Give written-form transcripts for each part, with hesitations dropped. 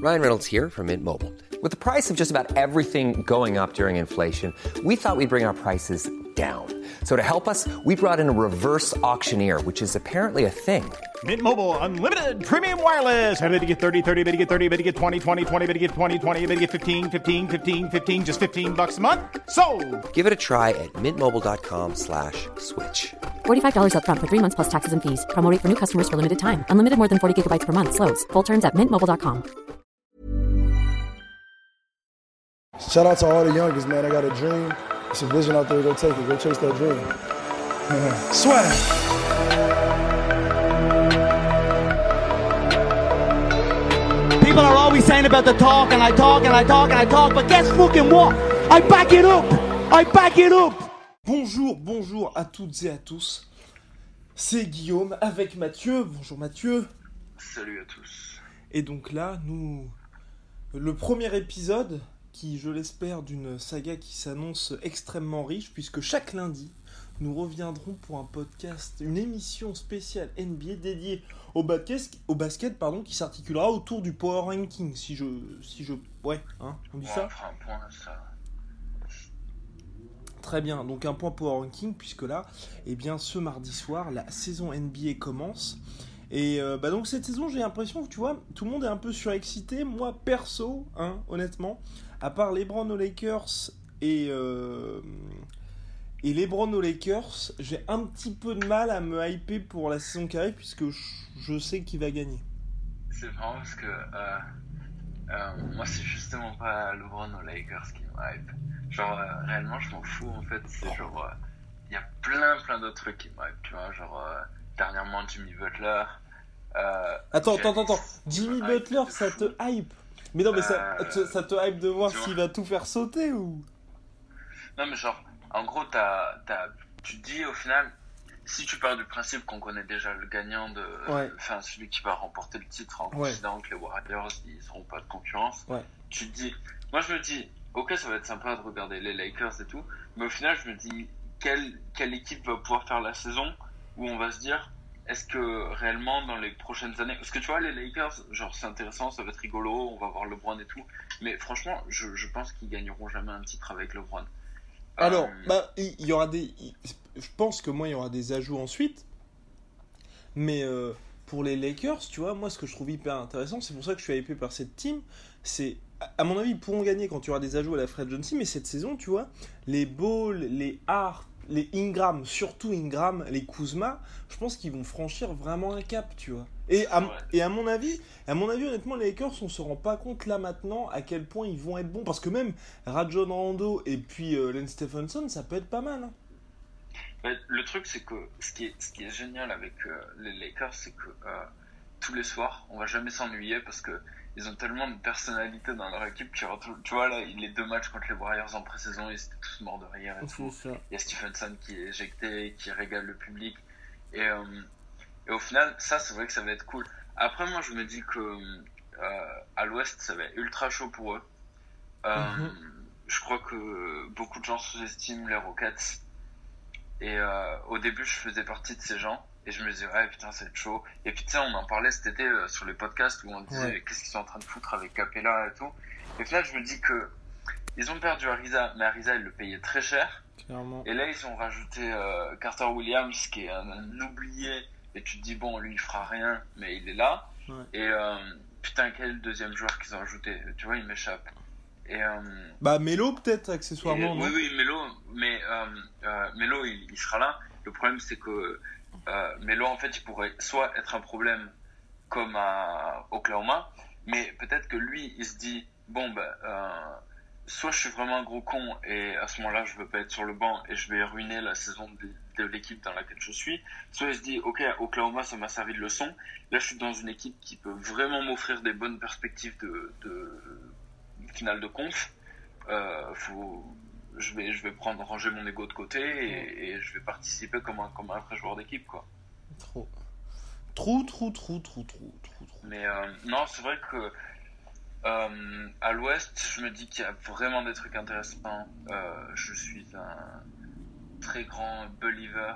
Ryan Reynolds here from Mint Mobile. With the price of just about everything going up during inflation, we thought we'd bring our prices down. So to help us, we brought in a reverse auctioneer, which is apparently a thing. Mint Mobile Unlimited Premium Wireless. How to get 30, 30, bit to get 30, bit to get 20, 20, 20, bit to get 20, 20, bit to get 15, 15, 15, 15, just $15 a month? Sold! Give it a try at mintmobile.com/switch. $45 up front for 3 months plus taxes and fees. Promo rate for new customers for limited time. Unlimited more than 40 gigabytes per month. Slows full terms at mintmobile.com. Shout out to all the youngest, man. I got a dream. It's a vision out there. Go take it. Go chase that dream. Swag. People are always saying about the talk, and I talk, and I talk, and I talk, but guess fucking what? I back it up! I back it up! Bonjour à toutes et à tous. C'est Guillaume avec Mathieu. Bonjour Mathieu. Salut à tous. Et donc là, le premier épisode, qui je l'espère d'une saga qui s'annonce extrêmement riche, puisque chaque lundi, nous reviendrons pour un podcast, une émission spéciale NBA dédiée au basket, qui s'articulera autour du Power Ranking, ouais, hein, on dit ça ? On fera un point à ça. Très bien, donc un point Power Ranking, puisque là, eh bien, ce mardi soir, la saison NBA commence. Et donc cette saison, j'ai l'impression que, tu vois, tout le monde est un peu surexcité. Moi, perso, honnêtement, à part LeBron aux Lakers et LeBron aux Lakers, j'ai un petit peu de mal à me hyper pour la saison qui arrive, puisque je sais qui va gagner. C'est marrant parce que moi, c'est justement pas LeBron aux Lakers qui me hype. Genre, réellement, je m'en fous, en fait. C'est genre, il y a plein d'autres trucs qui me hype, tu vois. Genre, dernièrement, Jimmy Butler. Attends. Jimmy Butler, ça te hype? Mais non, mais ça te hype de voir s'il va tout faire sauter ou? Non, mais genre, en gros, tu te dis au final, si tu pars du principe qu'on connaît déjà le gagnant enfin, celui qui va remporter le titre en considérant que les Warriors, ils seront pas de concurrence, tu te dis, moi je me dis, ok, ça va être sympa de regarder les Lakers et tout, mais au final, je me dis, quelle équipe va pouvoir faire la saison où on va se dire, est-ce que réellement dans les prochaines années, parce que tu vois, les Lakers, genre c'est intéressant, ça va être rigolo, on va voir LeBron et tout, mais franchement, je pense qu'ils gagneront jamais un titre avec LeBron. Alors, il y aura je pense que moi il y aura des ajouts ensuite, mais pour les Lakers, tu vois, moi ce que je trouve hyper intéressant, c'est pour ça que je suis hypé par cette team, c'est, à mon avis, ils pourront gagner quand il y aura des ajouts à la free agency, mais cette saison, tu vois, les Ball, les Hart, les Ingram, surtout Ingram, les Kuzma, je pense qu'ils vont franchir vraiment un cap, tu vois. Et à mon avis, honnêtement, les Lakers, on se rend pas compte là maintenant à quel point ils vont être bons, parce que même Rajon Rondo et puis Lance Stephenson, ça peut être pas mal. Hein. Le truc, c'est que ce qui est génial avec les Lakers, c'est que tous les soirs, on va jamais s'ennuyer parce que ils ont tellement de personnalité dans leur équipe. Tu vois, là, les 2 matchs contre les Warriors en pré-saison, ils étaient tous morts de rire et tout. Il y a Stephenson qui est éjecté, qui régale le public. Et au final, ça, c'est vrai que ça va être cool. Après, moi, je me dis que à l'Ouest, ça va être ultra chaud pour eux. Je crois que beaucoup de gens sous-estiment les Rockets. Et au début, je faisais partie de ces gens. Et je me disais, ouais, putain, c'est chaud. Et puis, tu sais, on en parlait cet été sur les podcasts où on disait, qu'est-ce qu'ils sont en train de foutre avec Capella et tout. Et puis là, je me dis que ils ont perdu Ariza, mais Ariza, ils le payaient très cher. Clairement. Et là, ils ont rajouté Carter Williams, qui est un oublié. Et tu te dis, bon, lui, il fera rien, mais il est là. Ouais. Et putain, quel est le deuxième joueur qu'ils ont ajouté? Tu vois, il m'échappe. Et, Melo, peut-être, accessoirement. Oui, Melo, mais Melo, il sera là. Le problème, c'est que Melo, en fait, il pourrait soit être un problème comme à Oklahoma, mais peut-être que lui, il se dit, bon, soit je suis vraiment un gros con et à ce moment-là, je veux pas être sur le banc et je vais ruiner la saison de l'équipe dans laquelle je suis, soit il se dit, ok, Oklahoma, ça m'a servi de leçon, là, je suis dans une équipe qui peut vraiment m'offrir des bonnes perspectives de finale de conf, je vais ranger mon ego de côté et je vais participer comme un vrai joueur d'équipe, quoi. Trop. Mais non, c'est vrai que à l'Ouest, je me dis qu'il y a vraiment des trucs intéressants. Je suis un très grand believer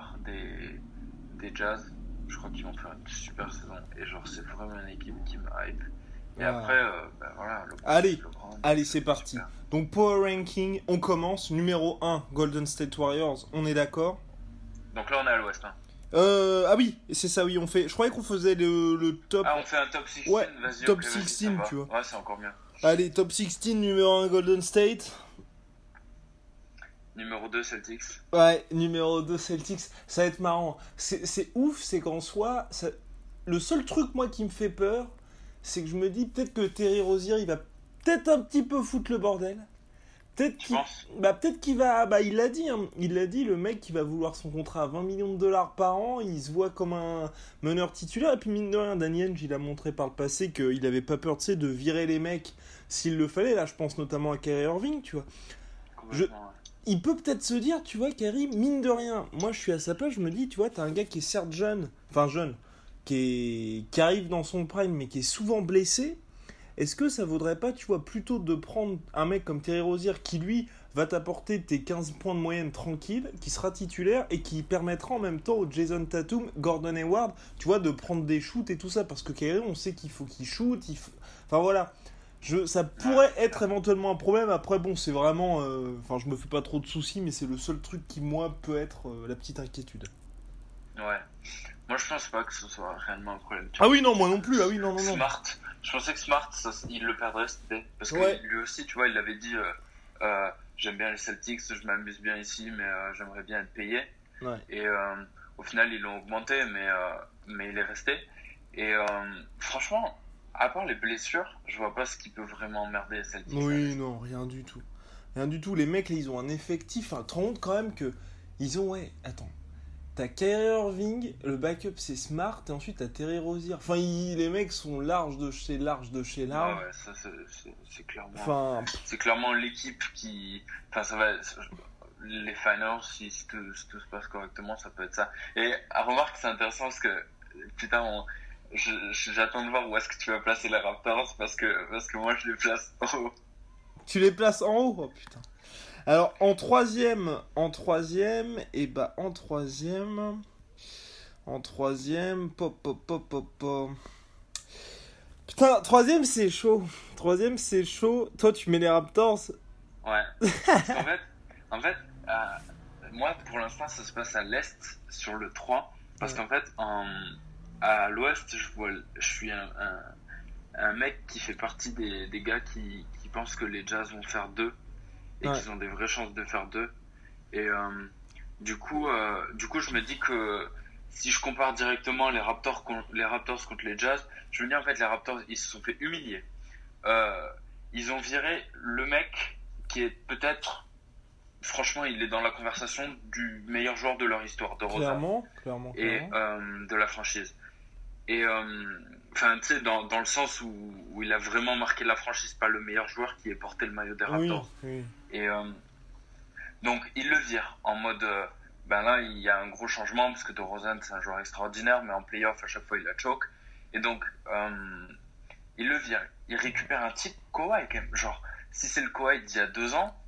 des Jazz. Je crois qu'ils vont faire une super saison et genre c'est vraiment une équipe qui me hype. Et Ah. après, voilà. Allez. LeBron, Allez, c'est parti. super. Donc, Power Ranking, on commence. Numéro 1, Golden State Warriors, on est d'accord. Donc là, on est à l'ouest. Hein. Ah oui, c'est ça, oui, on fait. Je croyais qu'on faisait le top. Ah, on fait un top 16. Ouais, vas-y, top ok, vas-y, 16, ça va. tu vois. Ouais, c'est encore mieux. Allez, top 16, numéro 1, Golden State. Numéro 2, Celtics. Ouais, numéro 2, Celtics. Ça va être marrant. C'est ouf, c'est qu'en soi, le seul truc, moi, qui me fait peur, c'est que je me dis peut-être que Terry Rozier, il va peut-être un petit peu foutre le bordel. Peut-être Tu qu'il penses peut-être qu'il va... Bah, il l'a dit, hein. Il l'a dit, le mec qui va vouloir son contrat à $20 millions par an, il se voit comme un meneur titulaire. Et puis, mine de rien, Danny Ainge, il a montré par le passé qu'il avait pas peur, tu sais, de virer les mecs s'il le fallait. Là, je pense notamment à Kyrie Irving, tu vois. Complètement, ouais. Il peut peut-être se dire, tu vois, Kyrie, mine de rien, moi je suis à sa place, je me dis, tu vois, t'as un gars qui est certes jeune, qui arrive dans son prime, mais qui est souvent blessé. Est-ce que ça vaudrait pas, tu vois, plutôt de prendre un mec comme Terry Rozier qui, lui, va t'apporter tes 15 points de moyenne tranquille, qui sera titulaire et qui permettra en même temps au Jason Tatum, Gordon Hayward, tu vois, de prendre des shoots et tout ça, parce que Kyrie, on sait qu'il faut qu'il shoot, enfin voilà. Ça pourrait être éventuellement un problème. Après, bon, c'est vraiment... Enfin, je me fais pas trop de soucis, mais c'est le seul truc qui, moi, peut être la petite inquiétude. Ouais. Moi, je pense pas que ce soit réellement un problème. Ah oui, non, moi non plus. Ah oui, non. Smart. Je pensais que Smart, il le perdrait cet été. Parce que Ouais. lui aussi, tu vois, il l'avait dit j'aime bien les Celtics, je m'amuse bien ici, mais j'aimerais bien être payé. Ouais. Et au final, ils l'ont augmenté, mais il est resté. Et franchement, à part les blessures, je vois pas ce qui peut vraiment emmerder les Celtics. Oui, non, rien du tout. Rien du tout. Les mecs, là, ils ont un effectif. Enfin, tu te rends compte quand même que... Ils ont... Ouais, attends. T'as Kyrie Irving, le backup, c'est Smart, et ensuite t'as Terry Rozier. Enfin, les mecs sont larges de chez large. Ah ouais, ça, c'est clairement... Enfin... C'est clairement l'équipe qui... Enfin, ça va... Les finals, si tout se passe correctement, ça peut être ça. Et à remarque, c'est intéressant parce que... Putain, j'attends de voir où est-ce que tu vas placer les Raptors parce que moi je les place en haut. Tu les places en haut? Oh putain. Alors en troisième, pop. Putain, troisième c'est chaud. Toi tu mets les Raptors? Ouais. Parce qu'en fait, moi pour l'instant ça se passe à l'est sur le 3 parce qu'en fait à l'ouest je suis un mec qui fait partie des gars qui pensent que les Jazz vont faire 2 et qu'ils ont des vraies chances de faire 2 et du coup je me dis que si je compare directement les Raptors contre les Jazz, je me dis en fait les Raptors ils se sont fait humilier. Ils ont viré le mec qui est peut-être, franchement, il est dans la conversation du meilleur joueur de leur histoire, de Rosa. Clairement. Et de la franchise. Et enfin, tu sais, dans le sens où il a vraiment marqué la franchise, pas le meilleur joueur qui ait porté le maillot des Raptors. Oui. Et donc, il le vire en mode, ben là, il y a un gros changement parce que DeRozan, c'est un joueur extraordinaire, mais en playoff, à chaque fois, il a choke. Et donc, il le vire. Il récupère un type Kawhi, quand même. Genre, si c'est le Kawhi d'il y a 2 ans,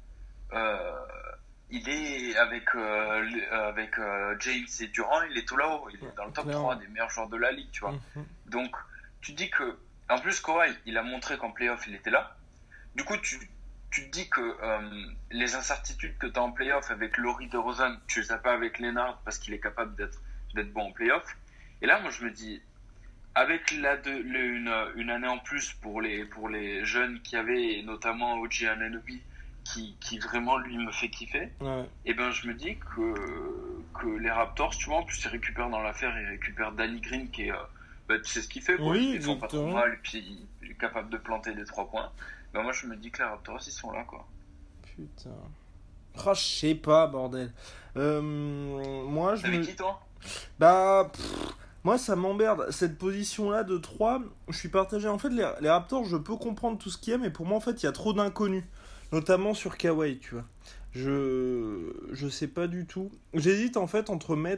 il est avec James et Durant, il est tout là-haut. Il est dans le top 3 des meilleurs joueurs de la ligue, tu vois. Donc, tu dis que... En plus, Kawhi, il a montré qu'en playoff, il était là. Du coup, tu te dis que les incertitudes que tu as en playoff avec Laurie DeRozan, tu les as pas avec Leonard parce qu'il est capable d'être bon en playoff. Et là, moi, je me dis... Avec une année en plus pour les jeunes qu'il y avait, et notamment OG Anunoby, qui vraiment lui me fait kiffer, et ben je me dis que les Raptors, tu vois, en plus ils récupèrent dans l'affaire, ils récupèrent Danny Green qui est, tu sais ce qu'il fait, quoi. Oui, ils font pas trop mal, et puis il est capable de planter des 3 points. Ben moi je me dis que les Raptors ils sont là, quoi. Putain. Oh, je sais pas, bordel. Moi je T'avais qui toi? Moi, ça m'emmerde. Cette position-là de 3, je suis partagé. En fait, les Raptors, je peux comprendre tout ce qu'il y a, mais pour moi, en fait, il y a trop d'inconnus. Notamment sur Kawhi, tu vois. Je sais pas du tout. J'hésite, en fait,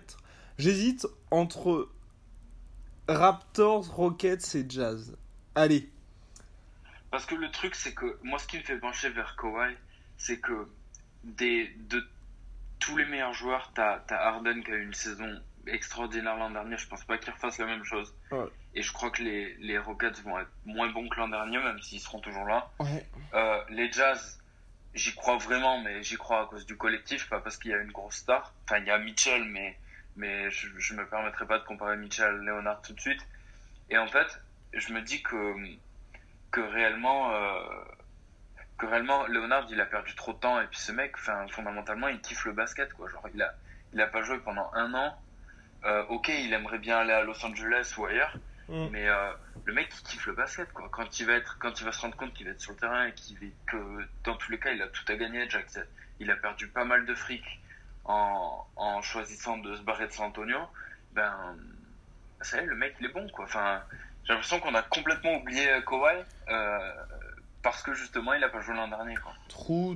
entre Raptors, Rockets et Jazz. Allez. Parce que le truc, c'est que moi, ce qui me fait pencher vers Kawhi, c'est que de tous les meilleurs joueurs, t'as Harden qui a eu une saison extraordinaire l'an dernier. Je pense pas qu'ils refassent la même chose. Ouais. Et je crois que les Rockets vont être moins bons que l'an dernier, même s'ils seront toujours là. Ouais. Les Jazz, j'y crois vraiment, mais j'y crois à cause du collectif, pas parce qu'il y a une grosse star. Enfin, il y a Mitchell, mais je me permettrai pas de comparer Mitchell à Leonard tout de suite. Et en fait, je me dis que réellement, Leonard, il a perdu trop de temps. Et puis ce mec, fondamentalement, il kiffe le basket, quoi. Genre, il a pas joué pendant 1 an. Ok, il aimerait bien aller à Los Angeles ou ailleurs, mais le mec, il kiffe le basket, quoi. Quand il va se rendre compte qu'il va être sur le terrain et que dans tous les cas, il a tout à gagner, Jack. Il a perdu pas mal de fric en choisissant de se barrer de San Antonio. Ça y est, le mec, il est bon, quoi. Enfin, j'ai l'impression qu'on a complètement oublié Kawhi parce que justement, il a pas joué l'an dernier, quoi. Trou.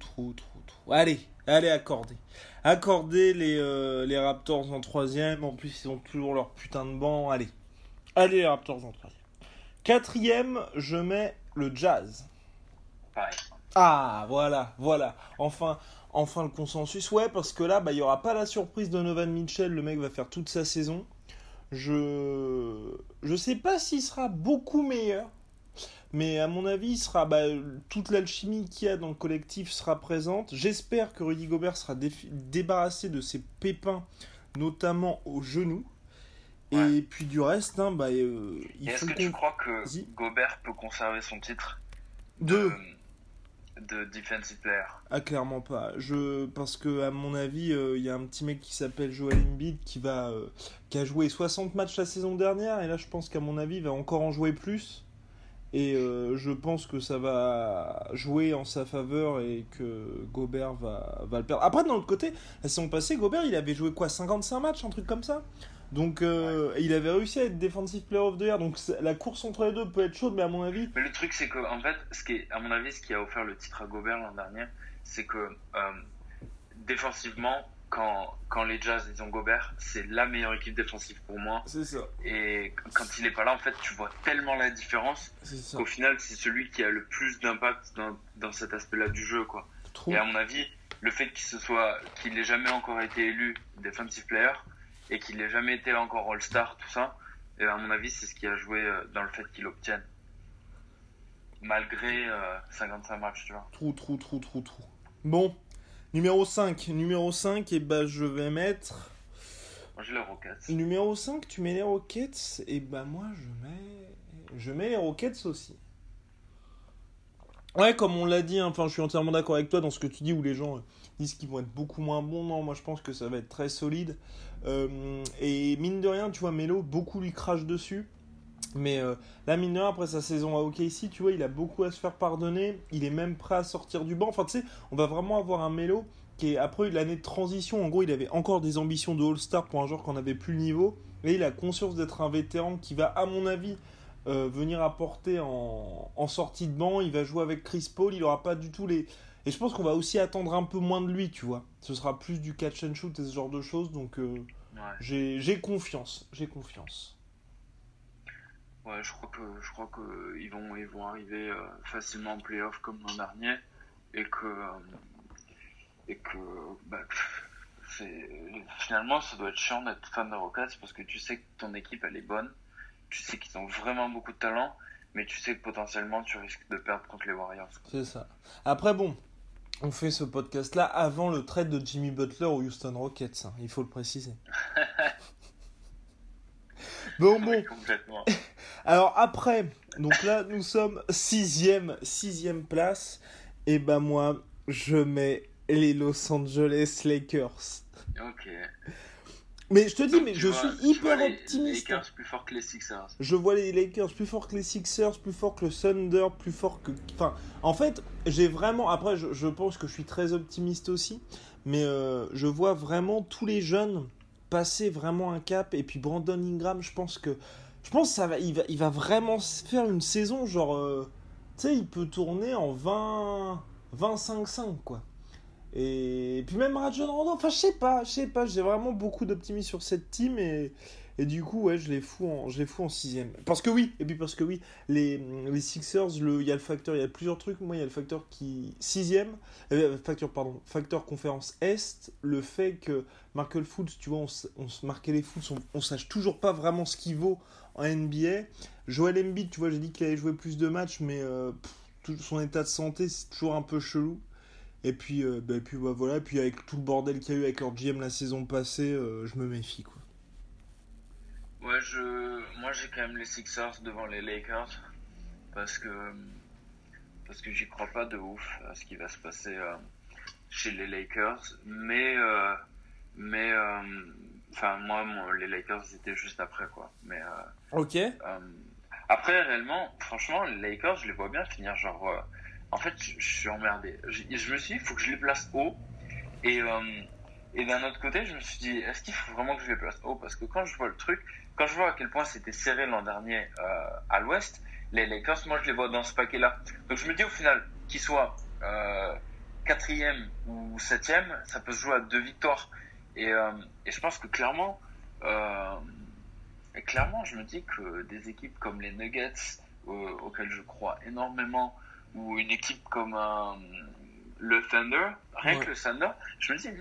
Allez, accordez les Raptors en 3e. En plus, ils ont toujours leur putain de banc. Allez, les Raptors en 3e. 4e, je mets le Jazz. Pareil. Ah, voilà. Enfin le consensus. Ouais, parce que là, il y aura pas la surprise de Donovan Mitchell. Le mec va faire toute sa saison. Je sais pas s'il sera beaucoup meilleur. Mais à mon avis, il sera, toute l'alchimie qu'il y a dans le collectif sera présente. J'espère que Rudy Gobert sera débarrassé de ses pépins, notamment au genou. Ouais. Et puis du reste, est-ce que tu crois que Gobert peut conserver son titre de Defensive Player? Ah, clairement pas. Parce que à mon avis, il y a un petit mec qui s'appelle Joel Embiid qui a joué 60 matchs la saison dernière. Et là, je pense qu'à mon avis, il va encore en jouer plus. Et je pense que ça va jouer en sa faveur et que Gobert va le perdre. Après, d'un autre côté, la saison passée, Gobert, il avait joué 55 matchs, un truc comme ça. Donc, il avait réussi à être Defensive Player of the Year. Donc, la course entre les deux peut être chaude, mais à mon avis... Mais le truc, c'est que, en fait, ce qui a offert le titre à Gobert l'an dernier, c'est que, défensivement, quand les Jazz ils ont Gobert, c'est la meilleure équipe défensive pour moi. C'est ça. Et quand il est pas là, en fait, tu vois tellement la différence qu'au final, c'est celui qui a le plus d'impact dans cet aspect-là du jeu, quoi. Et à mon avis, le fait qu'il ait jamais encore été élu Defensive Player et qu'il n'ait jamais été encore All-Star, tout ça, et à mon avis, c'est ce qui a joué dans le fait qu'il l'obtienne. Malgré 55 matchs, tu vois. Trou. Bon. Numéro 5, et je vais mettre... Moi, j'ai les Rockets. Numéro 5, tu mets les Rockets, et moi, je mets les Rockets aussi. Ouais, comme on l'a dit, je suis entièrement d'accord avec toi dans ce que tu dis, où les gens disent qu'ils vont être beaucoup moins bons. Non, moi, je pense que ça va être très solide. Et mine de rien, tu vois, Melo, beaucoup lui crachent dessus. Mais là, mine de rien, après sa saison à OKC, tu vois, il a beaucoup à se faire pardonner. Il est même prêt à sortir du banc. Enfin, tu sais, on va vraiment avoir un Melo qui est, après l'année de transition, en gros, il avait encore des ambitions de All-Star pour un joueur qu'on n'avait plus le niveau. Et il a conscience d'être un vétéran qui va, à mon avis, venir apporter en sortie de banc. Il va jouer avec Chris Paul. Il n'aura pas du tout les... Et je pense qu'on va aussi attendre un peu moins de lui, tu vois. Ce sera plus du catch and shoot et ce genre de choses. Donc, j'ai confiance. Ouais, je crois que ils vont arriver facilement en playoff comme l'an dernier et que finalement ça doit être chiant d'être fan de Rockets parce que tu sais que ton équipe elle est bonne, tu sais qu'ils ont vraiment beaucoup de talent, mais tu sais que potentiellement tu risques de perdre contre les Warriors. C'est ça. Après bon, on fait ce podcast là avant le trade de Jimmy Butler aux Houston Rockets, il faut le préciser. Bon. Complètement. Alors après, donc là nous sommes 6e place. Et moi, je mets les Los Angeles Lakers. Ok. Mais je te dis, je suis hyper optimiste. Les Lakers plus forts que les Sixers. Je vois les Lakers plus forts que les Sixers, plus forts que le Thunder, plus forts que... Enfin, en fait, j'ai vraiment... Après, je pense que je suis très optimiste aussi. Mais je vois vraiment tous les jeunes passer vraiment un cap. Et puis Brandon Ingram, je pense que ça va, il va vraiment faire une saison genre... tu sais, il peut tourner en 25-5, quoi. Et puis même Rajon Rondo, enfin je sais pas, j'ai vraiment beaucoup d'optimisme sur cette team et Et du coup, ouais, je les fous en 6ème. Parce que oui, les Sixers, il y a le facteur, il y a plusieurs trucs. Moi, il y a le facteur qui 6ème, facteur conférence Est, le fait que Markel Fultz, tu vois, on se marquait les Fultz, on sache toujours pas vraiment ce qu'il vaut en NBA. Joel Embiid, tu vois, j'ai dit qu'il allait jouer plus de matchs, mais son état de santé, c'est toujours un peu chelou. Et puis, voilà, et puis avec tout le bordel qu'il y a eu avec leur GM la saison passée, je me méfie, quoi. Ouais, moi j'ai quand même les Sixers devant les Lakers parce que j'y crois pas de ouf à ce qui va se passer chez les Lakers, mais les Lakers étaient juste après, quoi. Mais Ok. après, réellement, franchement, les Lakers, je les vois bien finir genre. En fait, je suis emmerdé. Je me suis dit, il faut que je les place haut. Et d'un autre côté, je me suis dit, est-ce qu'il faut vraiment que je les place haut? Parce que quand je vois à quel point c'était serré l'an dernier à l'Ouest, les Lakers, moi, je les vois dans ce paquet-là. Donc je me dis, au final, qu'ils soient 4e ou 7e, ça peut se jouer à 2 victoires. Et je pense que clairement, je me dis que des équipes comme les Nuggets, auxquelles je crois énormément, ou une équipe comme le Thunder, rien que le Thunder, je me dis,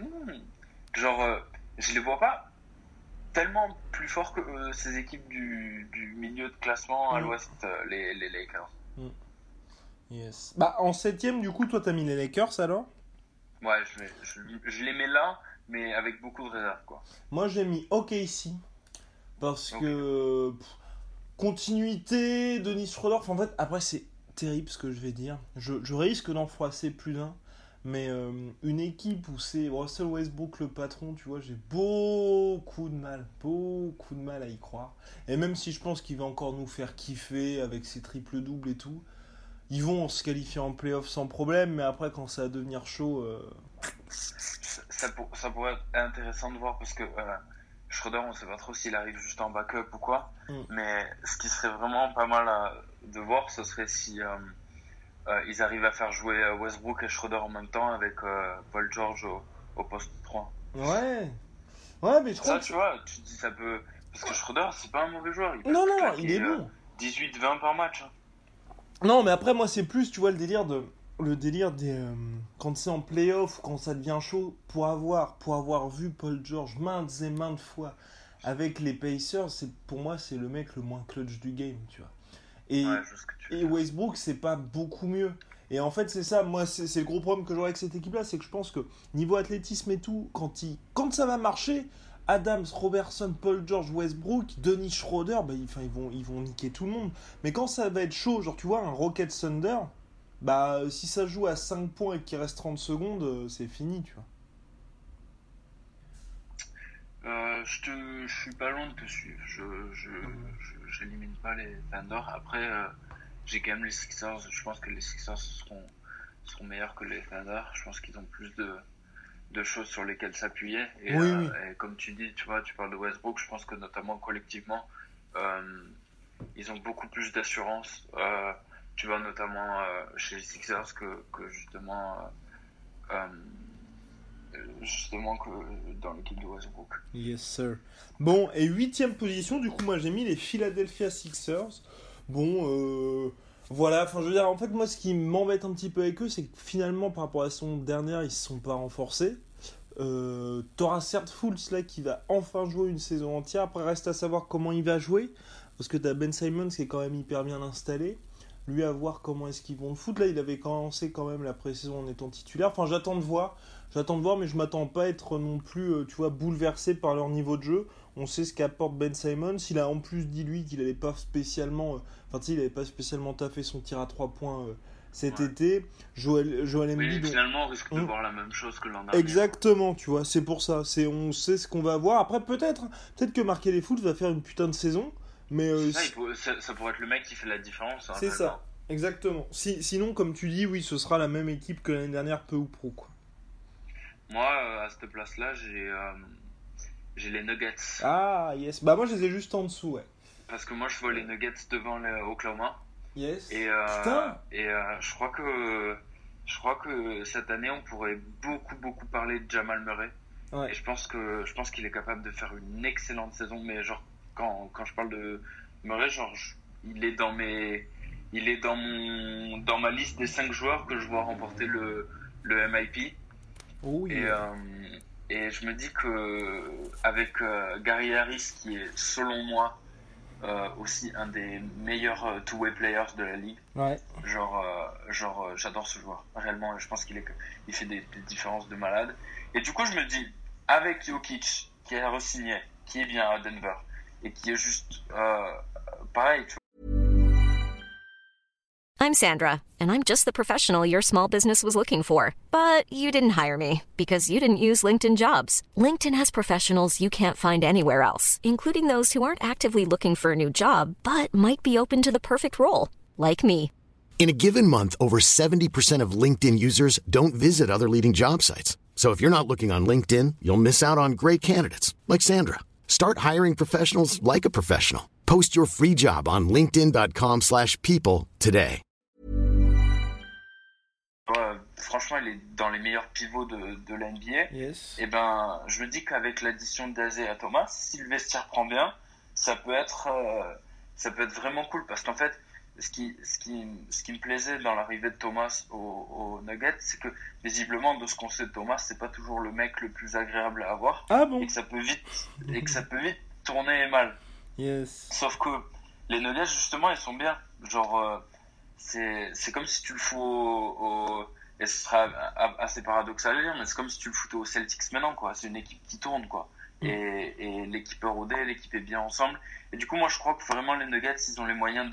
je les vois pas tellement plus forts que ces équipes du milieu de classement à l'Ouest, les Lakers. Yes. Bah, en 7ème, du coup, toi, t'as mis les Lakers, alors? Ouais, je les mets là, mais avec beaucoup de réserve, quoi. Moi, j'ai mis OKC, parce que continuité, Dennis Schroeder, en fait, après, c'est terrible ce que je vais dire. Je risque d'en froisser plus d'un, mais une équipe où c'est Russell Westbrook le patron, tu vois, j'ai beaucoup de mal à y croire. Et même si je pense qu'il va encore nous faire kiffer avec ses triples-doubles et tout, ils vont se qualifier en play-off sans problème, mais après, quand ça va devenir chaud... Ça pourrait être intéressant de voir, parce que Schroeder, on sait pas trop s'il arrive juste en backup ou quoi, mais ce qui serait vraiment pas mal de voir, ce serait si ils arrivent à faire jouer Westbrook et Schroeder en même temps avec Paul George au poste 3. Ouais, mais je crois que... tu vois, tu te dis ça peut... Parce que Schroeder, c'est pas un mauvais joueur. Il est bon. 18-20 par match. Non, mais après, moi, c'est plus, tu vois, le délire des... quand c'est en play-off, quand ça devient chaud, pour avoir vu Paul George maintes et maintes fois avec les Pacers, pour moi, c'est le mec le moins clutch du game, tu vois. Et Westbrook, c'est pas beaucoup mieux. Et en fait, c'est ça, moi, c'est le gros problème que j'aurais avec cette équipe-là, c'est que je pense que niveau athlétisme et tout, quand ça va marcher, Adams, Robertson, Paul George, Westbrook, Dennis Schroeder, ils vont niquer tout le monde. Mais quand ça va être chaud, genre tu vois, un Rocket Thunder, si ça joue à 5 points et qu'il reste 30 secondes, c'est fini, tu vois. Je suis pas loin de te suivre. J'élimine pas les Thunder. Après, j'ai quand même les Sixers. Je pense que les Sixers seront meilleurs que les Thunder. Je pense qu'ils ont plus de choses sur lesquelles s'appuyer. Et comme tu dis, tu vois, tu parles de Westbrook. Je pense que notamment collectivement, ils ont beaucoup plus d'assurance. Tu vois, notamment chez les Sixers que justement que dans l'équipe de Westbrook. Yes sir. Bon, et 8ème position, du coup moi j'ai mis les Philadelphia Sixers. Bon, voilà, je veux dire, en fait moi ce qui m'embête un petit peu avec eux, c'est que finalement par rapport à la saison dernière, ils se sont pas renforcés. T'auras certes Fultz là qui va enfin jouer une saison entière, après reste à savoir comment il va jouer, parce que t'as Ben Simmons qui est quand même hyper bien installé. Lui, à voir comment est-ce qu'ils vont le foutre. Là, il avait commencé quand même la pré-saison en étant titulaire. Enfin, j'attends de voir, mais je m'attends pas à être non plus, tu vois, bouleversé par leur niveau de jeu. On sait ce qu'apporte Ben Simmons. Il a en plus dit, lui, qu'il n'avait pas spécialement... il n'avait pas spécialement taffé son tir à 3 points cet été. Joel Embiid... finalement, on risque de voir la même chose que l'an dernier. Exactement, tu vois, c'est pour ça. On sait ce qu'on va voir. Après, peut-être que Markel Fultz va faire une putain de saison. Mais ça pourrait être le mec qui fait la différence. Hein, c'est ça, exactement. Sinon, comme tu dis, oui, ce sera la même équipe que l'année dernière, peu ou prou, quoi. Moi, à cette place-là, j'ai les Nuggets. Ah, yes. Moi, je les ai juste en dessous, ouais. Parce que moi, je vois les Nuggets devant les Oklahoma. Yes. Et, putain. Et je crois que cette année, on pourrait beaucoup parler de Jamal Murray. Ouais. Et je pense qu'il est capable de faire une excellente saison, mais genre quand je parle de Murray, genre, il est dans ma liste des 5 joueurs que je vois remporter le MIP. Oh, yeah. Et je me dis que avec Gary Harris, qui est selon moi aussi un des meilleurs two-way players de la ligue. Ouais. J'adore ce joueur. Réellement, je pense qu'il fait des différences de malade. Et du coup, je me dis, avec Jokic, qui a re-signé, qui est bien à Denver, et qui est juste pareil, tu vois. I'm Sandra, and I'm just the professional your small business was looking for. But you didn't hire me because you didn't use LinkedIn Jobs. LinkedIn has professionals you can't find anywhere else, including those who aren't actively looking for a new job, but might be open to the perfect role, like me. In a given month, over 70% of LinkedIn users don't visit other leading job sites. So if you're not looking on LinkedIn, you'll miss out on great candidates like Sandra. Start hiring professionals like a professional. Post your free job on linkedin.com/people today. Franchement, il est dans les meilleurs pivots de la NBA. Yes. Et ben, je me dis qu'avec l'addition d'Isaiah Thomas, si le vestiaire prend bien, ça peut être vraiment cool, parce qu'en fait, ce qui me plaisait dans l'arrivée de Thomas au Nuggets, c'est que visiblement, de ce qu'on sait de Thomas, c'est pas toujours le mec le plus agréable à avoir. Ah bon? Et que ça peut vite tourner mal. Yes. Sauf que les Nuggets, justement, ils sont bien. Genre, c'est comme si tu le fous et ce sera assez paradoxal à dire, mais c'est comme si tu le foutais aux Celtics maintenant, quoi. C'est une équipe qui tourne, quoi. Et l'équipe est rodée, l'équipe est bien ensemble. Et du coup, moi, je crois que vraiment les Nuggets, ils ont les moyens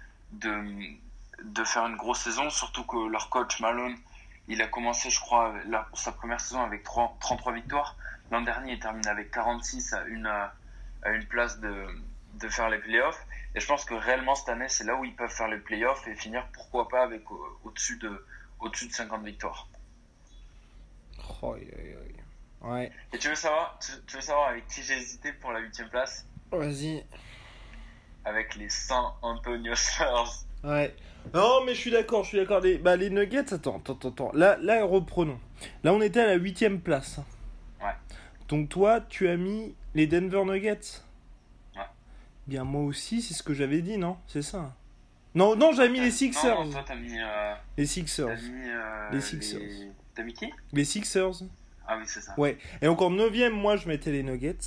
de faire une grosse saison, surtout que leur coach Malone, il a commencé, je crois, sa première saison avec 33 victoires. L'an dernier, il termine avec 46 à une place de faire les playoffs. Et je pense que réellement, cette année, c'est là où ils peuvent faire les playoffs et finir, pourquoi pas, avec au-dessus de 50 victoires. Oh, ouais. Et tu veux savoir avec qui j'ai hésité pour la 8e place? Vas-y. Avec les San Antonio Spurs. Ouais. Non, mais je suis d'accord. Les Nuggets, attends. Là, reprenons. Là, on était à la 8e place. Ouais. Donc toi, tu as mis les Denver Nuggets. Ouais. Bien, moi aussi, c'est ce que j'avais dit, non? C'est ça. Non, j'avais mis les Sixers. Non, toi, t'as mis... les Sixers. T'as mis... les Sixers. T'as mis qui? Les Sixers. Ah oui, c'est ça. Ouais. Et donc en 9e, moi, je mettais les Nuggets.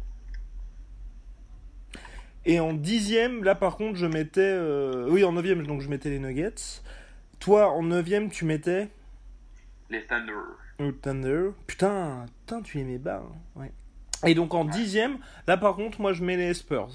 Et en 10e, là, par contre, je mettais... Oui, en 9e, donc je mettais les Nuggets. Toi, en 9e, tu mettais... Les Thunder. Le Thunder. Putain, tu les mets bas. Hein. Ouais. Et donc en 10e, là, par contre, moi, je mets les Spurs.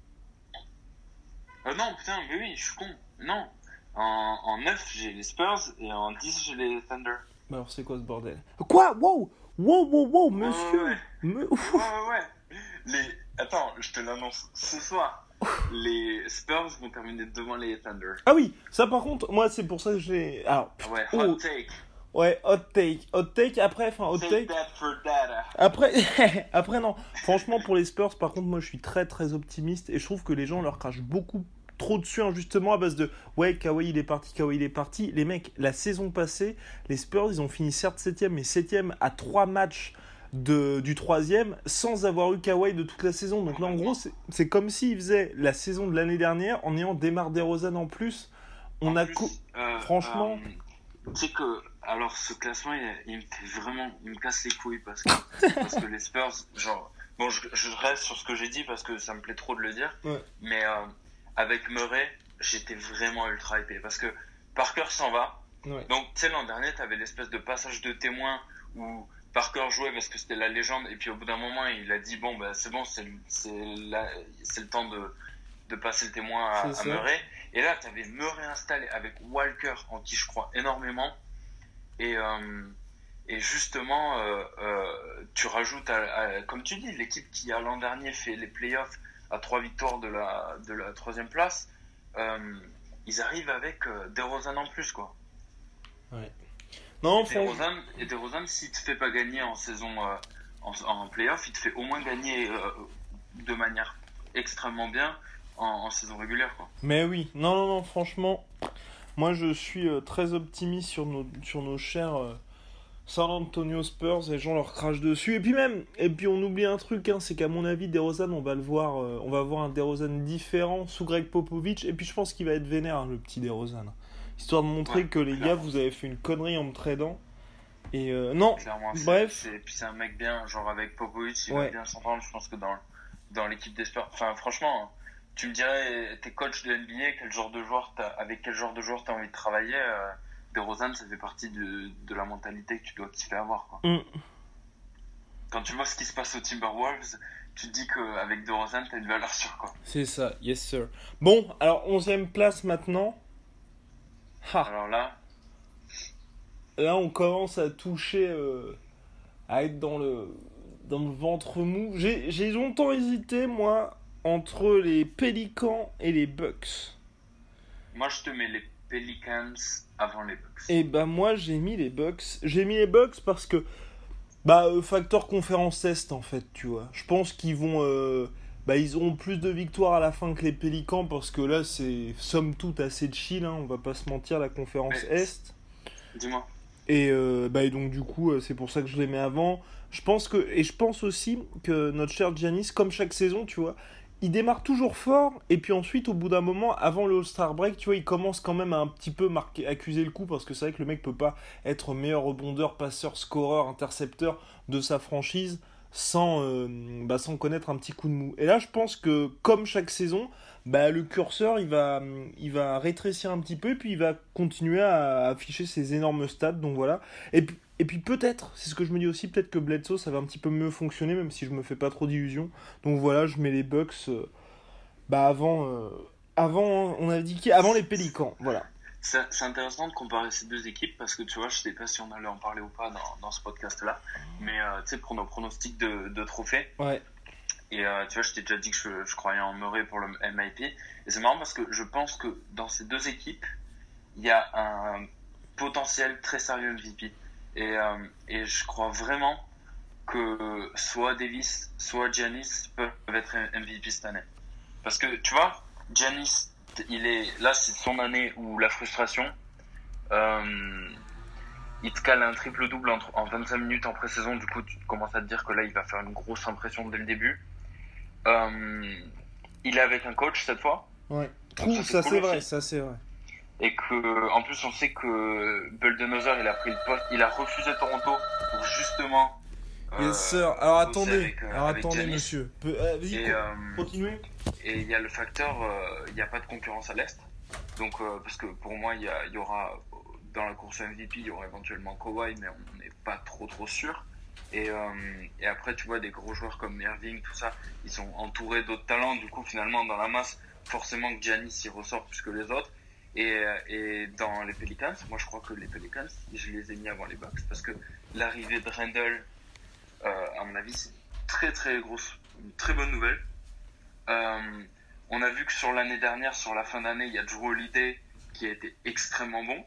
Non, putain, mais oui, je suis con. Non. En 9, j'ai les Spurs et en 10, j'ai les Thunder. Bah alors, c'est quoi ce bordel? Quoi? Wow, monsieur. Ouais. Attends, je te l'annonce ce soir. Les Spurs vont terminer devant les Thunder. Ah oui, ça par contre, moi, c'est pour ça que j'ai... Alors, ouais, hot take. Ouais, hot take, après, take that for data. Après, non. Franchement, pour les Spurs, par contre, moi, je suis très, très optimiste et je trouve que les gens leur crachent beaucoup trop dessus, injustement, à base de ouais, Kawhi il est parti. Les mecs, la saison passée, les Spurs, ils ont fini certes 7ème, mais 7ème à 3 matchs du 3ème sans avoir eu Kawhi de toute la saison. Donc là, en gros, c'est comme s'ils faisaient la saison de l'année dernière en ayant DeMar DeRozan en plus. Franchement... Tu sais que, alors, ce classement, il me casse les couilles parce que les Spurs, genre, bon, je reste sur ce que j'ai dit parce que ça me plaît trop de le dire, ouais. Mais avec Murray, j'étais vraiment ultra hypé parce que Parker s'en va. Ouais. Donc, tu sais, l'an dernier, t'avais l'espèce de passage de témoin où Parker jouait parce que c'était la légende, et puis au bout d'un moment, il a dit bon, bah, c'est le temps de passer le témoin à Murray. Et là, tu avais Murray installé avec Walker, en qui je crois énormément. Et justement, tu rajoutes, comme tu dis, l'équipe qui a l'an dernier fait les playoffs à 3 victoires de la 3e place. Ils arrivent avec DeRozan en plus, quoi. Ouais. Non, et DeRozan, s'il te fait pas gagner en saison, en playoff, il te fait au moins gagner de manière extrêmement bien en saison régulière, quoi. Mais oui, non, franchement, moi je suis très optimiste sur nos chers San Antonio Spurs, les gens leur crachent dessus. Et puis on oublie un truc, c'est qu'à mon avis, DeRozan, on va voir un DeRozan différent sous Greg Popovich. Et puis je pense qu'il va être vénère, le petit DeRozan. Histoire de montrer que les gars, vous avez fait une connerie en me tradant. Et non, clairement, bref. Puis c'est un mec bien, genre avec Popovich, il va bien s'entendre. Je pense que dans l'équipe des Spurs, enfin franchement, tu me dirais, t'es coach de NBA, avec quel genre de joueur t'as envie de travailler DeRozan, ça fait partie de la mentalité que tu dois kiffer avoir, quoi. Quand tu vois ce qui se passe aux Timberwolves, tu te dis qu'avec DeRozan, t'as une valeur sûre, quoi. C'est ça, yes sir. Bon, alors 11e place maintenant. Alors là, on commence à toucher, à être dans le ventre mou. J'ai longtemps hésité, moi, entre les Pelicans et les Bucks. Moi, je te mets les Pelicans avant les Bucks. Et moi, j'ai mis les Bucks. J'ai mis les Bucks parce que, facteur conférence Est, en fait, tu vois. Je pense qu'ils vont... ils auront plus de victoires à la fin que les Pélicans parce que là, c'est somme toute assez chill, on va pas se mentir, la conférence Est. Dis-moi. Et donc du coup, c'est pour ça que je les mets avant. Je pense aussi que notre cher Giannis, comme chaque saison, tu vois, il démarre toujours fort et puis ensuite, au bout d'un moment, avant le All-Star Break, tu vois, il commence quand même à un petit peu accuser le coup parce que c'est vrai que le mec peut pas être meilleur rebondeur, passeur, scoreur, intercepteur de sa franchise sans connaître un petit coup de mou. Et là, je pense que, comme chaque saison, le curseur, il va rétrécir un petit peu, et puis il va continuer à afficher ses énormes stats, donc voilà. Et puis peut-être, c'est ce que je me dis aussi, peut-être que Bledsoe, ça va un petit peu mieux fonctionner, même si je me fais pas trop d'illusions. Donc voilà, je mets les Bucks avant, on a dit qui ? Avant les Pélicans, voilà. C'est intéressant de comparer ces deux équipes parce que tu vois, je sais pas si on allait en parler ou pas dans ce podcast-là, mais tu sais, pour nos pronostics de trophées. Ouais. Et tu vois, je t'ai déjà dit que je croyais en Murray pour le MIP. Et c'est marrant parce que je pense que dans ces deux équipes, il y a un potentiel très sérieux MVP. Et je crois vraiment que soit Davis, soit Giannis peuvent être MVP cette année. Parce que tu vois, Giannis, là, c'est son année où la frustration, il te cale un triple-double en 25 minutes en pré-saison. Du coup, tu commences à te dire que là, il va faire une grosse impression dès le début. Il est avec un coach cette fois. Ouais. Ça c'est vrai. Et que, en plus, on sait que Budenholzer, il a pris le poste, il a refusé Toronto pour justement. Yes sir. Alors attendez, Giannis. monsieur. Continuez. Et il y a le facteur, il n'y a pas de concurrence à l'Est. Donc, parce que pour moi, il y aura, dans la course MVP, il y aura éventuellement Kawhi, mais on n'est pas trop sûr. Et après, tu vois, des gros joueurs comme Irving, tout ça, ils sont entourés d'autres talents. Du coup, finalement, dans la masse, forcément que Giannis y ressort plus que les autres. Et dans les Pelicans, moi je crois que les Pelicans, je les ai mis avant les Bucks parce que l'arrivée de Randle, à mon avis, c'est une très bonne nouvelle. On a vu que sur l'année dernière, sur la fin d'année, il y a Jrue Holiday qui a été extrêmement bon.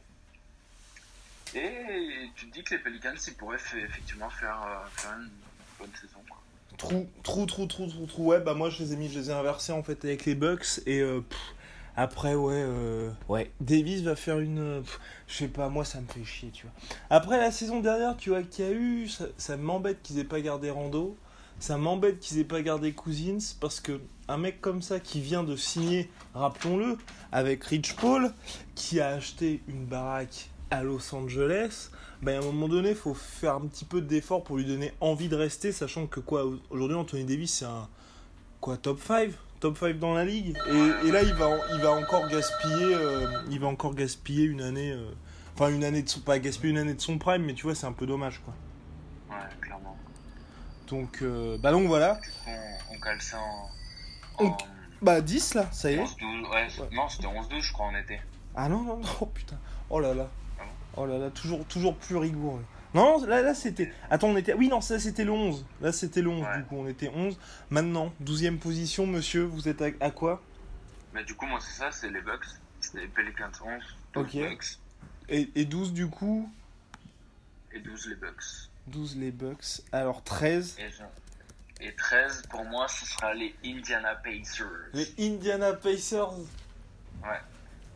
Et tu te dis que les Pelicans, ils pourraient effectivement faire une bonne saison, quoi. Trou. Ouais, moi je les ai inversés en fait avec les Bucks et après Davis va faire une je sais pas, moi ça me fait chier, tu vois. Après la saison dernière, tu vois, qu'il y a eu, ça m'embête qu'ils aient pas gardé Rando, ça m'embête qu'ils aient pas gardé Cousins parce que un mec comme ça qui vient de signer, rappelons-le, avec Rich Paul, qui a acheté une baraque à Los Angeles, à un moment donné, il faut faire un petit peu d'effort pour lui donner envie de rester, sachant que aujourd'hui, Anthony Davis, c'est un top 5 dans la ligue. Et là, il va encore gaspiller une année, pas gaspiller une année de son prime, mais tu vois, c'est un peu dommage, quoi. Ouais, clairement. Donc voilà. On cale ça en 10 là, ça y est. 11-12, ouais. Non, c'était 11-12, je crois, en été. Ah non, oh putain. Oh là là. Oh là là, toujours plus rigoureux. Non, là c'était... Attends, on était... Oui, non, ça c'était le 11. Là c'était le 11, ouais. Du coup, on était 11. Maintenant, 12e position, monsieur, vous êtes à quoi ? Du coup, moi c'est ça, c'est les Bucks. C'est les Pelicans 11, 12 ok. Bucks. Et 12 du coup ? Et 12 les Bucks. 12 les Bucks. Alors 13 Et 13, pour moi, ce sera les Indiana Pacers. Les Indiana Pacers ?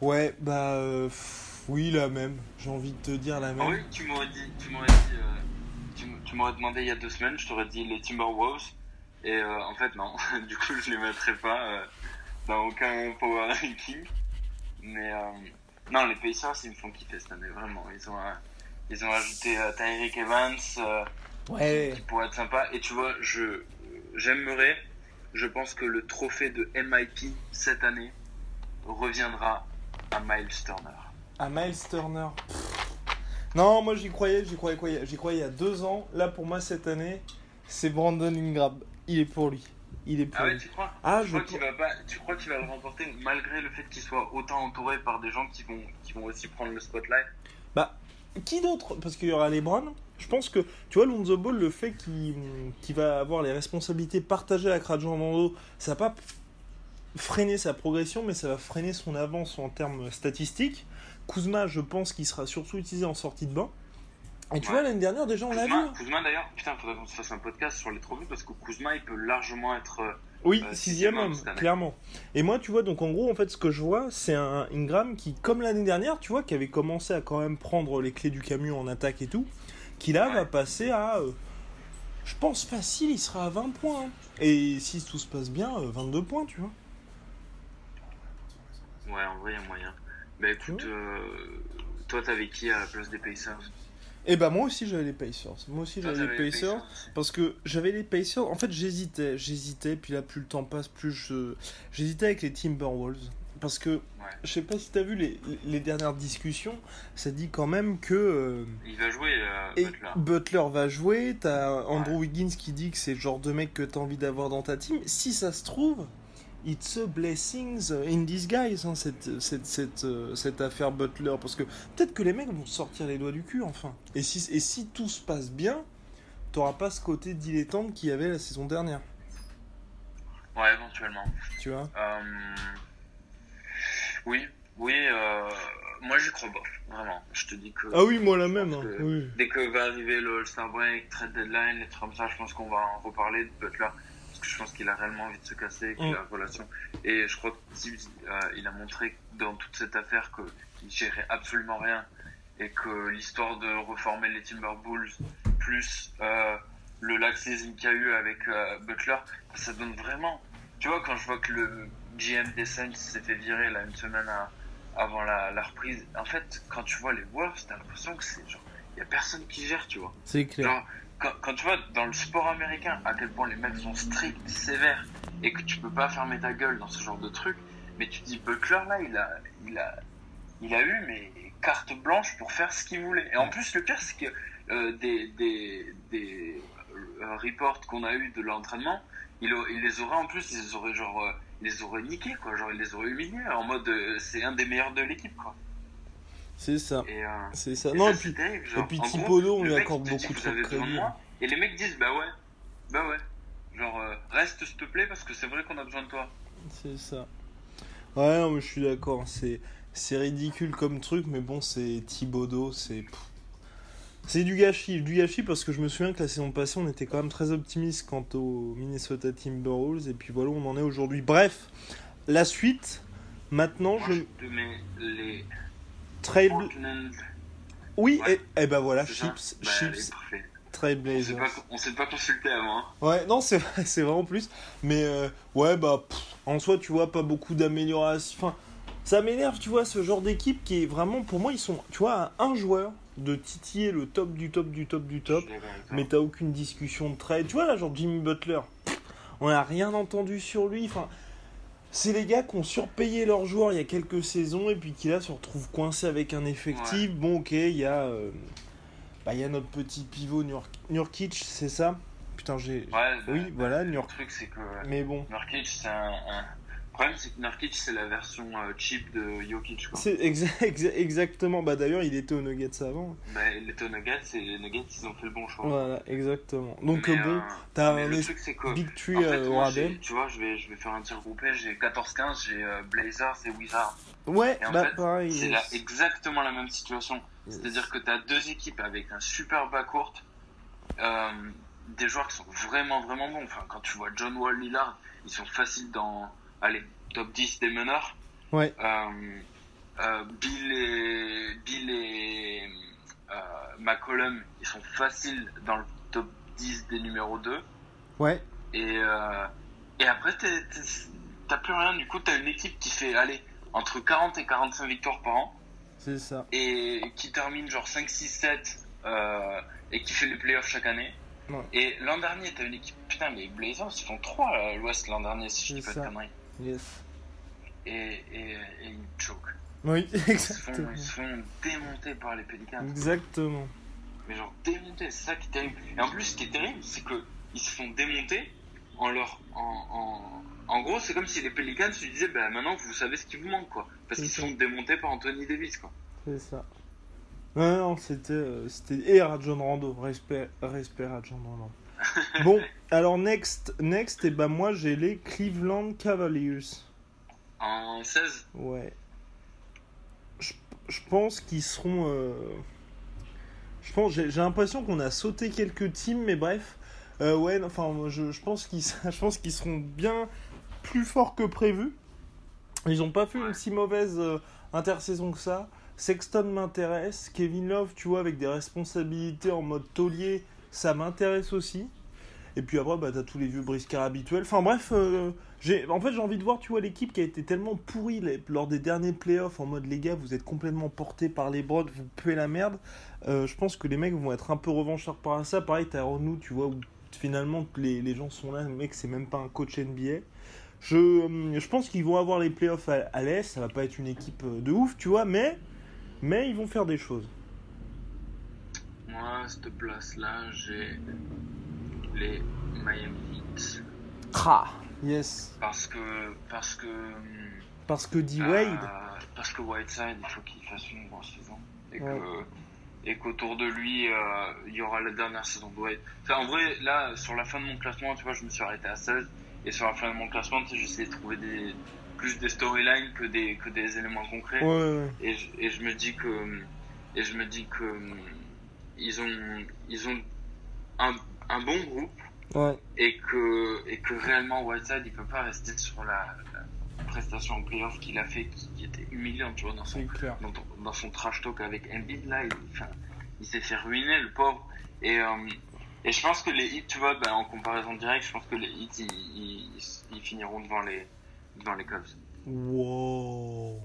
Ouais. Ouais, Oui, la même. J'ai envie de te dire la même. Ah oui, tu m'aurais demandé il y a 2 semaines, je t'aurais dit les Timberwolves. Et en fait, non. Du coup, je les mettrais pas dans aucun power ranking. Mais non, les Pacers, ils me font kiffer cette année, vraiment. Ils ont ajouté Tyreke Evans, qui pourrait être sympa. Et tu vois, j'aimerais, je pense que le trophée de MIP cette année reviendra à Miles Turner. À Miles Turner. Non, moi j'y croyais il y a 2 ans. Là, pour moi, cette année, c'est Brandon Ingram. Il est pour lui. Ah ouais, tu crois? Tu crois qu'il va le remporter malgré le fait qu'il soit autant entouré par des gens qui vont aussi prendre le spotlight? Bah, qui d'autre? Parce qu'il y aura LeBron. Je pense que, tu vois, Lonzo Ball, le fait qu'il va avoir les responsabilités partagées avec Rajon Rondo, ça va pas freiner sa progression, mais ça va freiner son avance en termes statistiques. Kuzma, je pense qu'il sera surtout utilisé en sortie de banc. Et tu vois, l'année dernière, déjà, on l'a vu. Kuzma, d'ailleurs, putain, il faudrait qu'on se fasse un podcast sur les trophées parce que Kuzma, il peut largement être. Oui, 6e homme, clairement. Et moi, tu vois, donc en gros, en fait, ce que je vois, c'est un Ingram qui, comme l'année dernière, tu vois, qui avait commencé à quand même prendre les clés du camion en attaque et tout, qui là va passer à. Je pense facile, il sera à 20 points. Hein. Et si tout se passe bien, 22 points, tu vois. Ouais, en vrai, il y a moyen. Bah écoute, toi, t'avais qui à la place des Pacers? Eh ben moi aussi j'avais les Pacers. Les Pacers parce que j'avais les Pacers. En fait j'hésitais. Puis là plus le temps passe, plus j'hésitais avec les Timberwolves parce que je sais pas si t'as vu les dernières discussions. Ça dit quand même que il va jouer. Butler va jouer. T'as Andrew Wiggins qui dit que c'est le genre de mec que t'as envie d'avoir dans ta team. Si ça se trouve. It's a blessings in disguise, hein, cette affaire Butler. Parce que peut-être que les mecs vont sortir les doigts du cul, enfin. Et si tout se passe bien, t'auras pas ce côté dilettante qu'il y avait la saison dernière. Ouais, éventuellement. Tu vois Oui. Moi, j'y crois pas, vraiment. Je te dis que... Ah oui, moi la même. Hein. Oui. Dès que va arriver le All-Star Break, trade deadline, les trucs comme ça, je pense qu'on va en reparler de Butler. Je pense qu'il a réellement envie de se casser, qu'il a une relation. Et je crois qu'il a montré dans toute cette affaire qu'il gérait absolument rien. Et que l'histoire de reformer les Timberwolves, plus le laxisme qu'il y a eu avec Butler, ça donne vraiment... Tu vois, quand je vois que le GM des Saints s'est fait virer là, une semaine avant la reprise, en fait, quand tu vois les Wolves, t'as l'impression que c'est genre... Il n'y a personne qui gère, tu vois. C'est clair. Genre, quand tu vois dans le sport américain à quel point les mecs sont stricts, sévères et que tu peux pas fermer ta gueule dans ce genre de truc, mais tu te dis Butler là il a eu mais carte blanche pour faire ce qu'il voulait. Et en plus le pire c'est que des reports qu'on a eu de l'entraînement, il les aurait en plus, il les aurait niqués quoi, genre il les aurait humiliés en mode c'est un des meilleurs de l'équipe quoi. C'est ça. C'est ça. Et non, ça, et puis Thibodeau, on lui accorde beaucoup trop de crédit. Et les mecs disent bah ouais. Genre reste s'il te plaît parce que c'est vrai qu'on a besoin de toi. C'est ça. Ouais, non, mais je suis d'accord. C'est ridicule comme truc, mais bon, c'est Thibodeau, c'est du gâchis. Du gâchis parce que je me souviens que la saison passée, on était quand même très optimiste quant aux Minnesota Timberwolves. Et puis voilà où on en est aujourd'hui. Bref, la suite. Maintenant, je te mets les... Oui, ouais. et ben voilà, Chips, Trailblazers. On s'est pas consulté avant. Hein. Ouais, non, c'est vraiment plus. Mais ouais, en soi, tu vois, pas beaucoup d'amélioration. Enfin, ça m'énerve, tu vois, ce genre d'équipe qui est vraiment, pour moi, ils sont, tu vois, à un joueur de titiller le top du top du top du top. Mais t'as aucune discussion de trade. Tu vois, là, genre Jimmy Butler, on n'a rien entendu sur lui. Enfin. C'est les gars qui ont surpayé leurs joueurs il y a quelques saisons et puis qui là se retrouvent coincés avec un effectif. Ouais. Bon, ok, il y a notre petit pivot Nurkic, c'est ça? Putain, oui, voilà, Nurkic. Le truc, c'est que mais bon. Nurkic, c'est Le problème, c'est que Nurkic, c'est la version cheap de Jokic, quoi. C'est exactement. Bah, d'ailleurs, il était aux Nuggets avant. Bah, il était aux Nuggets et les Nuggets, ils ont fait le bon choix. Voilà, exactement. Donc, bon, t'as un Big Tree au rabais. Tu vois, je vais faire un tir groupé. J'ai 14-15, j'ai Blazers et Wizards. Ouais, et en fait, pareil. C'est exactement la même situation. Yes. C'est-à-dire que t'as deux équipes avec un super backcourt, des joueurs qui sont vraiment, vraiment bons. Enfin, quand tu vois John Wall, Lillard, ils sont faciles dans... Allez, top 10 des meneurs. Ouais. Bill et McCollum, ils sont faciles dans le top 10 des numéros 2. Ouais. Et après, t'as plus rien. Du coup, t'as une équipe qui fait, entre 40 et 45 victoires par an. C'est ça. Et qui termine genre 5, 6, 7 et qui fait les playoffs chaque année. Ouais. Et l'an dernier, t'as une équipe... Putain, les Blazers, ils font 3 à l'Ouest l'an dernier, si je dis pas de conneries. Yes. Et ils choquent. Oui, exactement. Ils se font démonter par les Pelicans. Exactement. Mais genre démonter, c'est ça qui est terrible. Et en plus, ce qui est terrible, c'est qu'ils se font démonter en gros, c'est comme si les Pelicans se disaient, bah maintenant vous savez ce qui vous manque, quoi. Parce qu'ils se font démonter par Anthony Davis, quoi. C'est ça. Non, c'était et Rajon Rondo. Respect Rajon Rondo. Bon, alors next, et ben moi j'ai les Cleveland Cavaliers. En 16 ? Ouais. Je pense qu'ils seront. J'ai l'impression qu'on a sauté quelques teams, mais bref. Ouais, enfin, je pense qu'ils seront bien plus forts que prévu. Ils n'ont pas fait une si mauvaise intersaison que ça. Sexton m'intéresse. Kevin Love, tu vois, avec des responsabilités en mode taulier, ça m'intéresse aussi. Et puis après, bah, t'as tous les vieux briscards habituels. Enfin bref, j'ai envie de voir, tu vois, l'équipe qui a été tellement pourrie lors des derniers playoffs, en mode les gars, vous êtes complètement portés par les brodes, vous puez la merde. Je pense que les mecs vont être un peu revanchards par ça. Pareil, t'as Renou, tu vois, où finalement les gens sont là, le mec c'est même pas un coach NBA. Je pense qu'ils vont avoir les playoffs à l'Est, ça va pas être une équipe de ouf, tu vois, mais ils vont faire des choses. Moi, à cette place-là, j'ai les Miami Heat. Yes. Parce que D-Wade. Parce que Whiteside, il faut qu'il fasse une grosse saison. Et qu'autour de lui, il y aura la dernière saison de Wade. Enfin, en vrai, là, sur la fin de mon classement, tu vois, je me suis arrêté à 16. Et sur la fin de mon classement, tu sais, j'essayais de trouver plus des storylines que des éléments concrets. Ouais. Et je me dis que ils ont un bon groupe. Ouais. Et que réellement Whiteside, il peut pas rester sur la prestation en playoff qu'il a fait, qui était humiliante, tu vois, dans son trash talk avec Embiid, là, il s'est fait ruiner, le pauvre. Et je pense que les Heat, tu vois, en comparaison directe, je pense que les Heat, ils finiront devant les Cavs. Wow.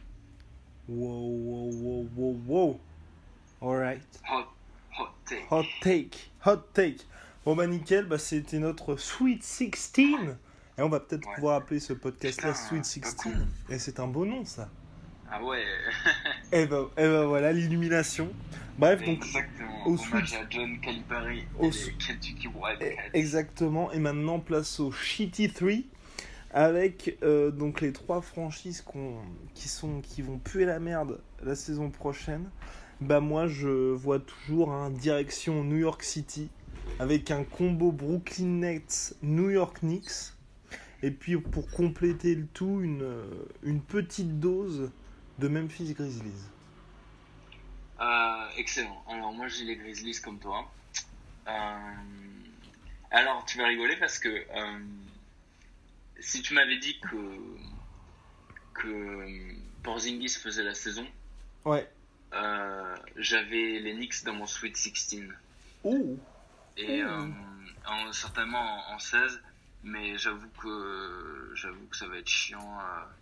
Alright. Hot take. Bon bah nickel, c'était notre Sweet 16. Et on va peut-être pouvoir appeler ce podcast-là Sweet 16. Et c'est un beau nom, ça. Ah ouais. Et ben voilà, l'illumination. Bref, donc exactement. Hommage à John Calipari et les Kentucky Wildcats. Exactement. Et maintenant, place au Shitty 3 avec donc les 3 franchises qui vont puer la merde la saison prochaine. Bah moi, je vois toujours direction New York City avec un combo Brooklyn Nets, New York Knicks. Et puis pour compléter le tout, une petite dose de Memphis Grizzlies. Excellent. Alors moi j'ai les Grizzlies comme toi. Alors tu vas rigoler parce que si tu m'avais dit que Porzingis faisait la saison, ouais, j'avais les Knicks dans mon Sweet 16. Ouh. Et certainement en 16. Mais j'avoue que ça va être chiant.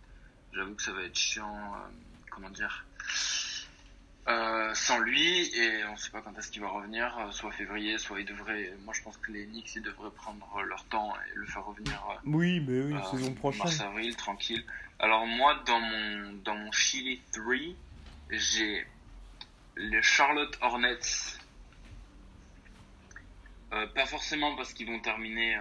Comment dire, sans lui, et on sait pas quand est-ce qu'il va revenir, soit février, soit il devrait. Moi je pense que les Knicks ils devraient prendre leur temps et le faire revenir. Oui, saison prochaine. Mars-avril, tranquille. Alors moi dans mon Chili 3, j'ai les Charlotte Hornets. Pas forcément parce qu'ils vont terminer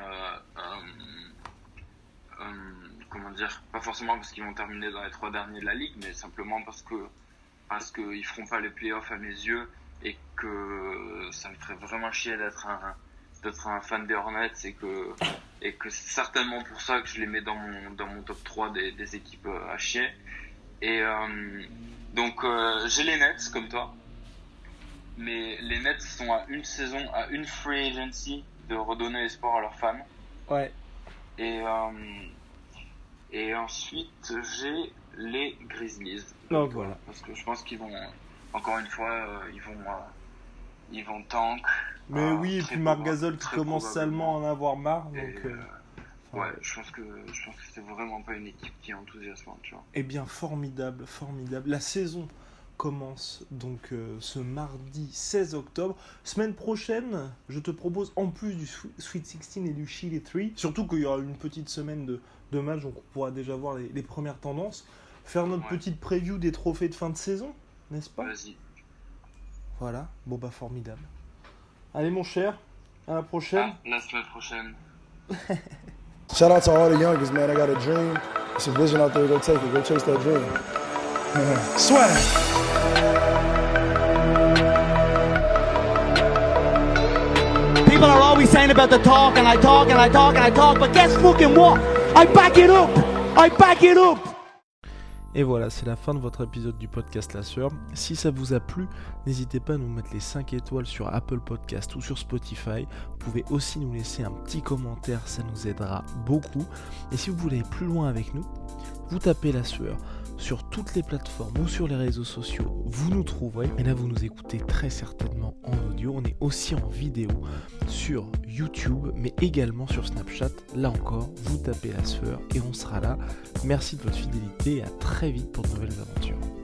pas forcément parce qu'ils vont terminer dans les 3 derniers de la ligue, mais simplement parce que ils feront pas les playoffs à mes yeux et que ça me ferait vraiment chier d'être un fan des Hornets et que c'est certainement pour ça que je les mets dans mon top 3 des équipes à chier. Et donc j'ai les Nets comme toi. Mais les Nets sont à une saison, à une free agency de redonner espoir à leurs fans. Ouais. Et ensuite, j'ai les Grizzlies. Donc, voilà. Parce que je pense qu'ils vont, encore une fois, ils vont tank. Mais oui, et puis Marc Gasol qui commence seulement à en avoir marre. Donc, ouais, je pense que c'est vraiment pas une équipe qui est enthousiasmante, tu vois. Eh bien, formidable. La saison commence donc ce mardi 16 octobre. Semaine prochaine, je te propose, en plus du Sweet 16 et du Chili 3, surtout qu'il y aura une petite semaine de match, donc on pourra déjà voir les premières tendances, faire notre petite preview des trophées de fin de saison, n'est-ce pas ? Vas-y. Voilà, bon bah formidable. Allez mon cher, à la prochaine. La semaine prochaine. Shout out to all the youngest, man. I got a dream. It's a vision out there. Go take it. Go chase that dream. Swag. People are always saying about the talk, and I talk, and I talk, and I talk, but guess fucking what? I back it up! I back it up! Et voilà, c'est la fin de votre épisode du podcast La Sueur. Si ça vous a plu, n'hésitez pas à nous mettre les 5 étoiles sur Apple Podcast ou sur Spotify. Vous pouvez aussi nous laisser un petit commentaire, ça nous aidera beaucoup. Et si vous voulez aller plus loin avec nous, vous tapez La Sueur sur toutes les plateformes ou sur les réseaux sociaux, vous nous trouverez. Et là, vous nous écoutez très certainement en audio. On est aussi en vidéo sur YouTube, mais également sur Snapchat. Là encore, vous tapez La Sueur et on sera là. Merci de votre fidélité et à très vite pour de nouvelles aventures.